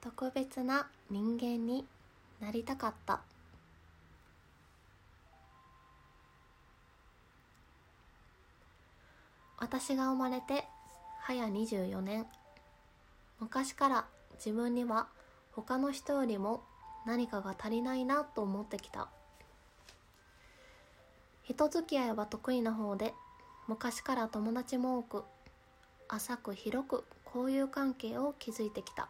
特別な人間になりたかった。私が生まれて早24年。昔から自分には他の人よりも何かが足りないなと思ってきた。人付き合いは得意な方で、昔から友達も多く、浅く広く交友関係を築いてきた。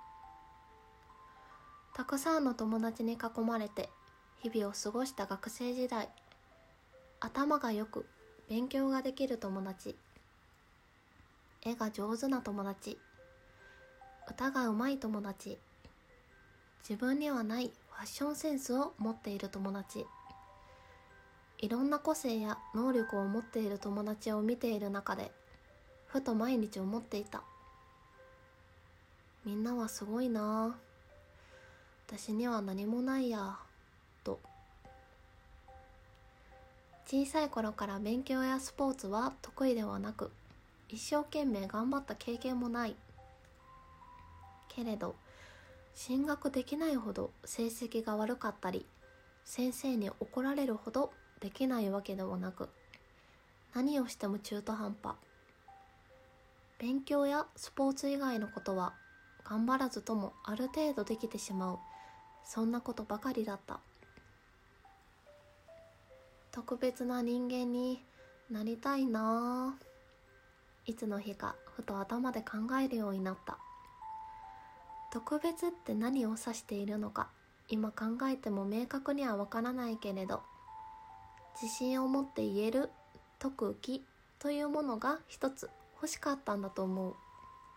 たくさんの友達に囲まれて日々を過ごした学生時代。頭がよく勉強ができる友達、絵が上手な友達、歌がうまい友達、自分にはないファッションセンスを持っている友達、いろんな個性や能力を持っている友達を見ている中で、ふと毎日思っていた。みんなはすごいなあ。私には何もないやと。小さい頃から勉強やスポーツは得意ではなく、一生懸命頑張った経験もない。けれど進学できないほど成績が悪かったり、先生に怒られるほどできないわけでもなく、何をしても中途半端。勉強やスポーツ以外のことは頑張らずともある程度できてしまう、そんなことばかりだった。特別な人間になりたいなあ。いつの日かふと頭で考えるようになった。特別って何を指しているのか、今考えても明確にはわからないけれど、自信を持って言える特技というものが一つ欲しかったんだと思う。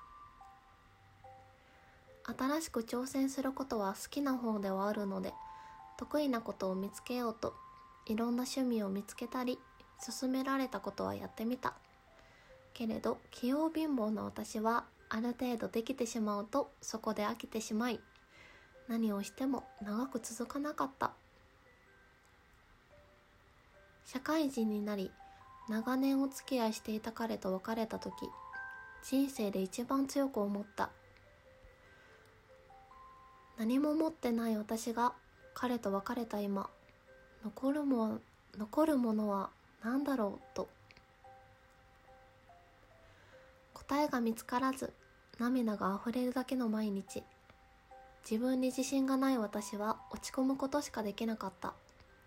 新しく挑戦することは好きな方ではあるので、得意なことを見つけようといろんな趣味を見つけたり、勧められたことはやってみた。けれど器用貧乏な私はある程度できてしまうとそこで飽きてしまい、何をしても長く続かなかった。社会人になり、長年お付き合いしていた彼と別れた時、人生で一番強く思った。何も持ってない私が彼と別れた今、残るものは何だろうと。答えが見つからず、涙があふれるだけの毎日。自分に自信がない私は落ち込むことしかできなかった。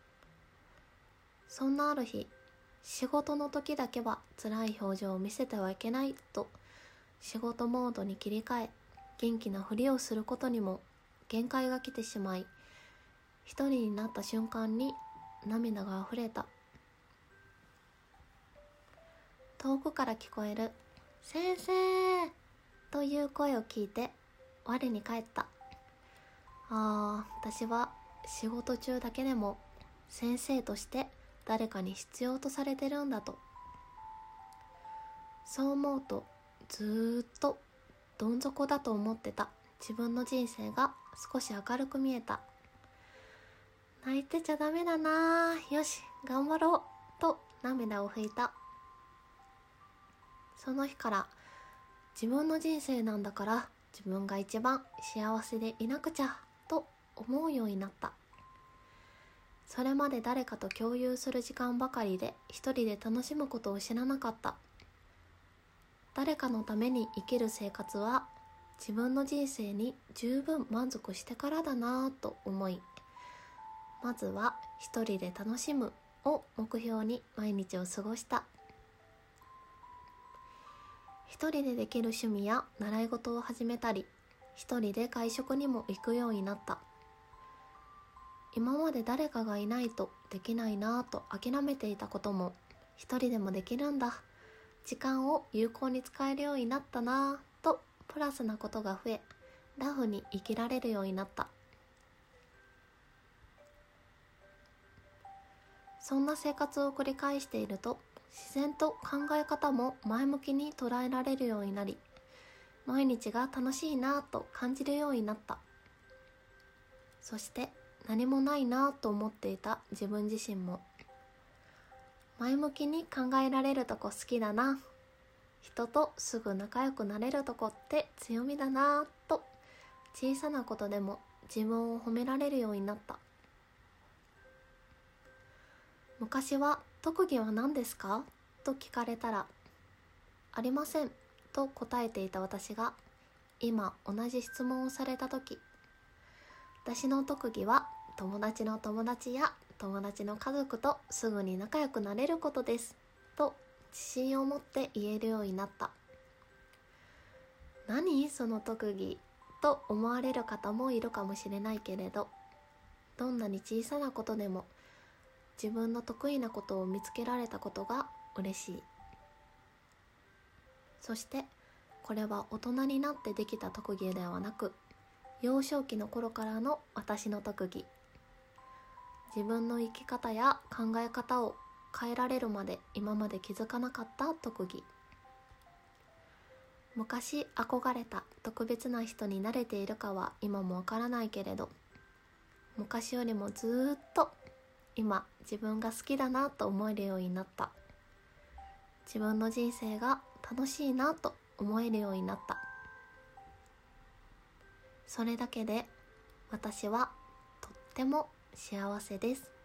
そんなある日、仕事の時だけは辛い表情を見せてはいけないと、仕事モードに切り替え、元気なふりをすることにも限界が来てしまい、一人になった瞬間に涙があふれた。遠くから聞こえる先生という声を聞いて我に返った。私は仕事中だけでも先生として誰かに必要とされてるんだと。そう思うと、ずーっとどん底だと思ってた自分の人生が少し明るく見えた。泣いてちゃダメだな、よし頑張ろうと涙を拭いた。その日から自分の人生なんだから自分が一番幸せでいなくちゃと思うようになった。それまで誰かと共有する時間ばかりで一人で楽しむことを知らなかった。誰かのために生きる生活は自分の人生に十分満足してからだなぁと思い、まずは一人で楽しむを目標に毎日を過ごした。一人でできる趣味や習い事を始めたり、一人で会食にも行くようになった。今まで誰かがいないとできないなぁと諦めていたことも、一人でもできるんだ、時間を有効に使えるようになったなぁとプラスなことが増え、ラフに生きられるようになった。そんな生活を繰り返していると、自然と考え方も前向きに捉えられるようになり、毎日が楽しいなぁと感じるようになった。そして何もないなぁと思っていた自分自身も、前向きに考えられるとこ好きだな、人とすぐ仲良くなれるとこって強みだなぁと小さなことでも自分を褒められるようになった。昔は特技は何ですかと聞かれたら、ありませんと答えていた私が、今同じ質問をされた時、私の特技は友達の友達や友達の家族とすぐに仲良くなれることですと自信を持って言えるようになった。何その特技と思われる方もいるかもしれないけれど、どんなに小さなことでも自分の得意なことを見つけられたことが嬉しい。そしてこれは大人になってできた特技ではなく、幼少期の頃からの私の特技。自分の生き方や考え方を変えられるまで今まで気づかなかった特技。昔憧れた特別な人になれているかは今もわからないけれど、昔よりもずっと今自分が好きだなと思えるようになった。自分の人生が楽しいなと思えるようになった。それだけで私はとっても幸せです。